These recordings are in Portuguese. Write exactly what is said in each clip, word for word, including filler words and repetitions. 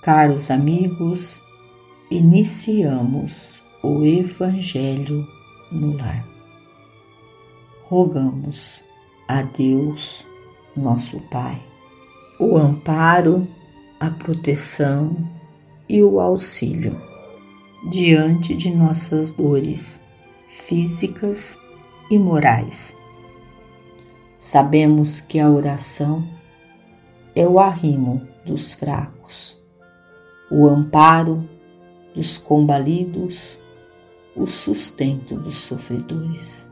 Caros amigos, iniciamos o Evangelho no lar. Rogamos a Deus, nosso Pai, o amparo, a proteção e o auxílio diante de nossas dores físicas e morais. Sabemos que a oração é o arrimo dos fracos, o amparo dos combalidos, o sustento dos sofredores.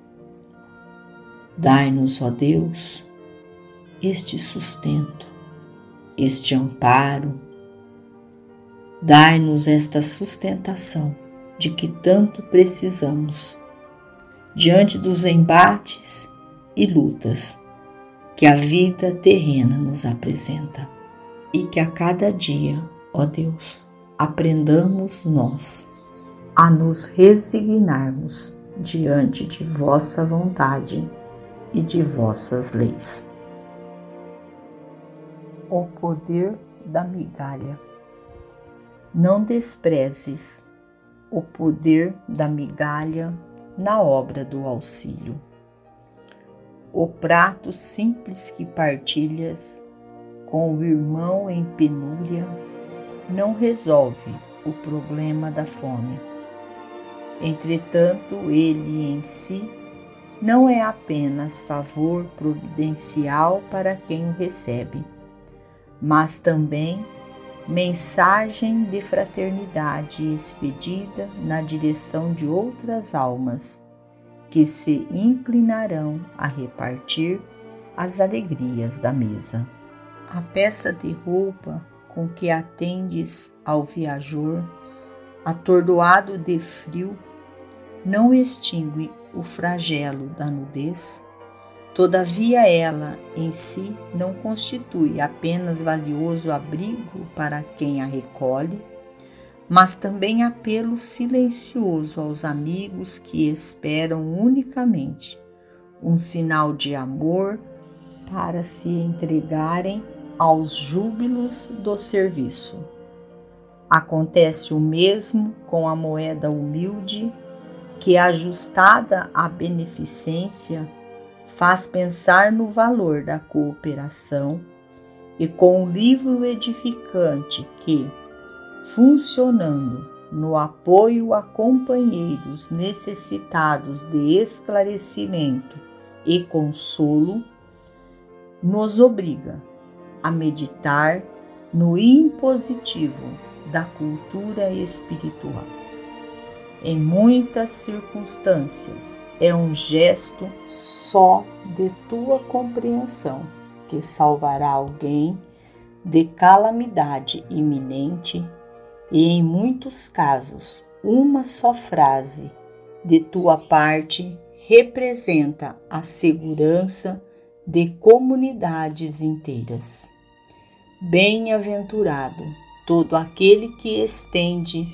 Dai-nos, ó Deus, este sustento, este amparo. Dai-nos esta sustentação de que tanto precisamos diante dos embates e lutas que a vida terrena nos apresenta. E que a cada dia, ó Deus, aprendamos nós a nos resignarmos diante de vossa vontade e de vossas leis. O poder da migalha. Não desprezes o poder da migalha na obra do auxílio. O prato simples que partilhas com o irmão em penúria não resolve o problema da fome. Entretanto, ele em si não é apenas favor providencial para quem o recebe, mas também mensagem de fraternidade expedida na direção de outras almas que se inclinarão a repartir as alegrias da mesa. A peça de roupa com que atendes ao viajor, atordoado de frio, não extingue o flagelo da nudez. Todavia ela em si não constitui apenas valioso abrigo para quem a recolhe, mas também apelo silencioso aos amigos que esperam unicamente um sinal de amor para se entregarem aos júbilos do serviço. Acontece o mesmo com a moeda humilde que, ajustada à beneficência, faz pensar no valor da cooperação, e com o livro edificante que, funcionando no apoio a companheiros necessitados de esclarecimento e consolo, nos obriga a meditar no impositivo da cultura espiritual. Em muitas circunstâncias, é um gesto só de tua compreensão que salvará alguém de calamidade iminente, e em muitos casos, uma só frase de tua parte representa a segurança de comunidades inteiras. Bem-aventurado todo aquele que estende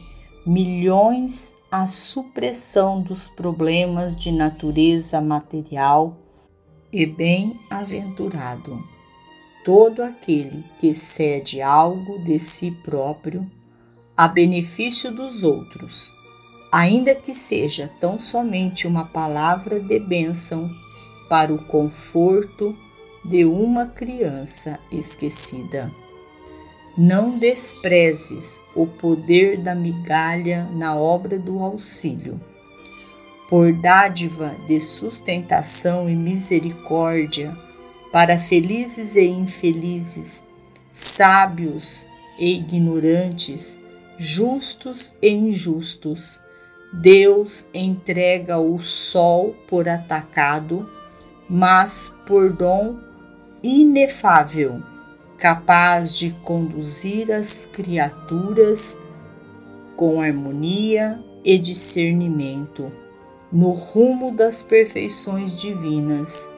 milhões à supressão dos problemas de natureza material, e bem-aventurado todo aquele que cede algo de si próprio a benefício dos outros, ainda que seja tão somente uma palavra de bênção para o conforto de uma criança esquecida. Não desprezes o poder da migalha na obra do auxílio. Por dádiva de sustentação e misericórdia para felizes e infelizes, sábios e ignorantes, justos e injustos, Deus entrega o sol por atacado, mas por dom inefável, capaz de conduzir as criaturas com harmonia e discernimento no rumo das perfeições divinas.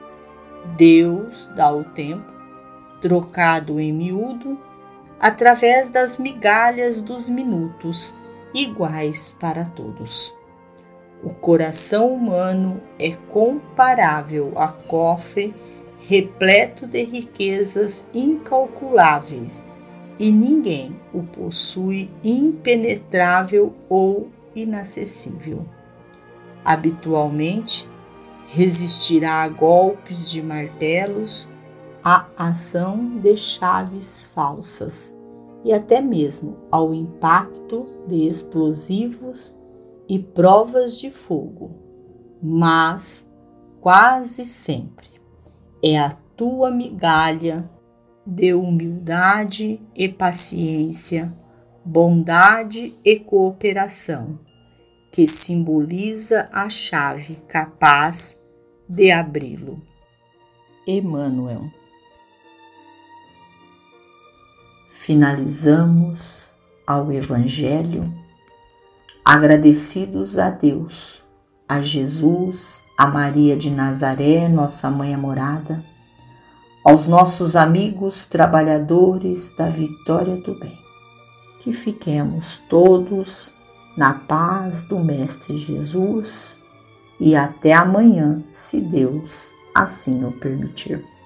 Deus dá o tempo, trocado em miúdo, através das migalhas dos minutos, iguais para todos. O coração humano é comparável a cofre repleto de riquezas incalculáveis, e ninguém o possui impenetrável ou inacessível. Habitualmente, resistirá a golpes de martelos, à ação de chaves falsas e até mesmo ao impacto de explosivos e provas de fogo. Mas, quase sempre, é a tua migalha de humildade e paciência, bondade e cooperação, que simboliza a chave capaz de abri-lo. Emmanuel. Finalizamos ao Evangelho agradecidos a Deus, a Jesus, a Maria de Nazaré, nossa mãe amorada, aos nossos amigos trabalhadores da vitória do bem. Que fiquemos todos na paz do Mestre Jesus e até amanhã, se Deus assim o permitir.